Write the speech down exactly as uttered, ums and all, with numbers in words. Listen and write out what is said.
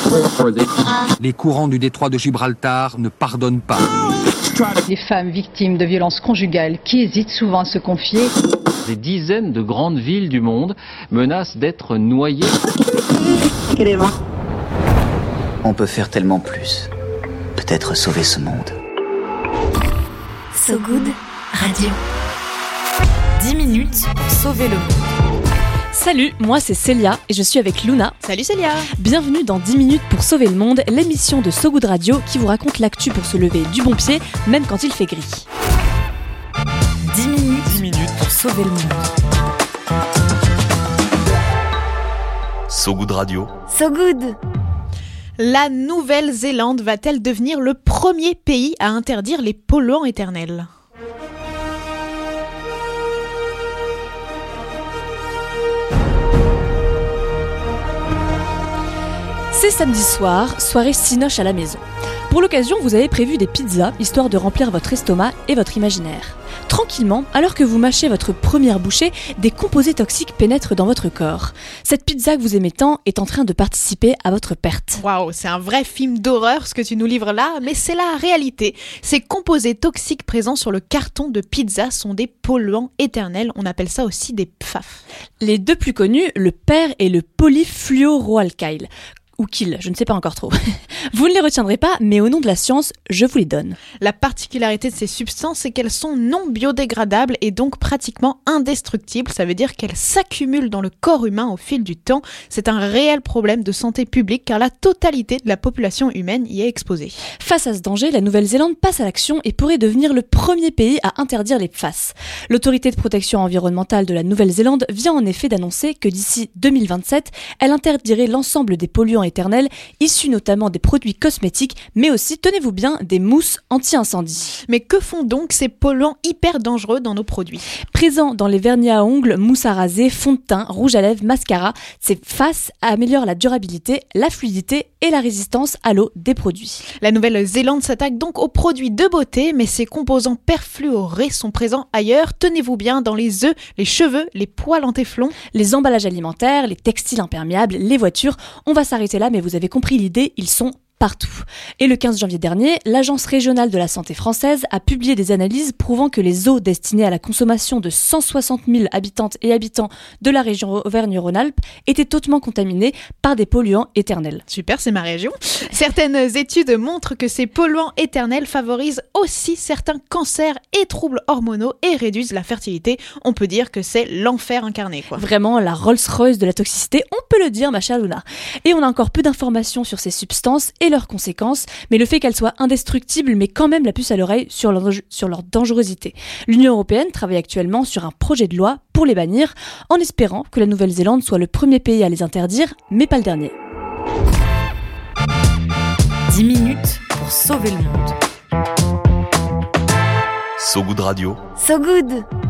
Les courants du détroit de Gibraltar ne pardonnent pas. Les femmes victimes de violences conjugales qui hésitent souvent à se confier. Des dizaines de grandes villes du monde menacent d'être noyées. On peut faire tellement plus. Peut-être sauver ce monde. So Good Radio. dix minutes pour sauver le monde. Salut, moi c'est Célia et je suis avec Luna. Salut Célia. Bienvenue dans dix minutes pour sauver le monde, l'émission de So Good Radio qui vous raconte l'actu pour se lever du bon pied, même quand il fait gris. dix minutes, dix minutes pour sauver le monde. So Good Radio. So Good. La Nouvelle-Zélande va-t-elle devenir le premier pays à interdire les polluants éternels ? C'est samedi soir, soirée cinoche à la maison. Pour l'occasion, vous avez prévu des pizzas, histoire de remplir votre estomac et votre imaginaire. Tranquillement, alors que vous mâchez votre première bouchée, des composés toxiques pénètrent dans votre corps. Cette pizza que vous aimez tant est en train de participer à votre perte. Waouh, c'est un vrai film d'horreur ce que tu nous livres là, mais c'est la réalité. Ces composés toxiques présents sur le carton de pizza sont des polluants éternels, on appelle ça aussi des P F A F. Les deux plus connus, le per et le polyfluoroalkyl. Ou qu'il, je ne sais pas encore trop. Vous ne les retiendrez pas, mais au nom de la science, je vous les donne. La particularité de ces substances, c'est qu'elles sont non biodégradables et donc pratiquement indestructibles. Ça veut dire qu'elles s'accumulent dans le corps humain au fil du temps. C'est un réel problème de santé publique car la totalité de la population humaine y est exposée. Face à ce danger, la Nouvelle-Zélande passe à l'action et pourrait devenir le premier pays à interdire les P F A S. L'autorité de protection environnementale de la Nouvelle-Zélande vient en effet d'annoncer que d'ici deux mille vingt-sept, elle interdirait l'ensemble des polluants éternels, issus notamment des produits cosmétiques, mais aussi, tenez-vous bien, des mousses anti-incendie. Mais que font donc ces polluants hyper dangereux dans nos produits ? Présents dans les vernis à ongles, mousse à raser, fond de teint, rouge à lèvres, mascara, ces P F A S améliorent la durabilité, la fluidité et la résistance à l'eau des produits. La Nouvelle-Zélande s'attaque donc aux produits de beauté, mais ces composants perfluorés sont présents ailleurs. Tenez-vous bien, dans les œufs, les cheveux, les poils en téflon, les emballages alimentaires, les textiles imperméables, les voitures. On va s'arrêter là, mais vous avez compris l'idée, ils sont partout. Et le quinze janvier dernier, l'Agence régionale de la santé française a publié des analyses prouvant que les eaux destinées à la consommation de cent soixante mille habitantes et habitants de la région Auvergne-Rhône-Alpes étaient hautement contaminées par des polluants éternels. Super, c'est ma région. Certaines études montrent que ces polluants éternels favorisent aussi certains cancers et troubles hormonaux et réduisent la fertilité. On peut dire que c'est l'enfer incarné, quoi. Vraiment la Rolls-Royce de la toxicité, on peut le dire, ma chère Luna. Et on a encore peu d'informations sur ces substances et leurs conséquences, mais le fait qu'elles soient indestructibles met quand même la puce à l'oreille sur leur, sur leur dangerosité. L'Union européenne travaille actuellement sur un projet de loi pour les bannir, en espérant que la Nouvelle-Zélande soit le premier pays à les interdire, mais pas le dernier. dix minutes pour sauver le monde. So Good Radio. So Good.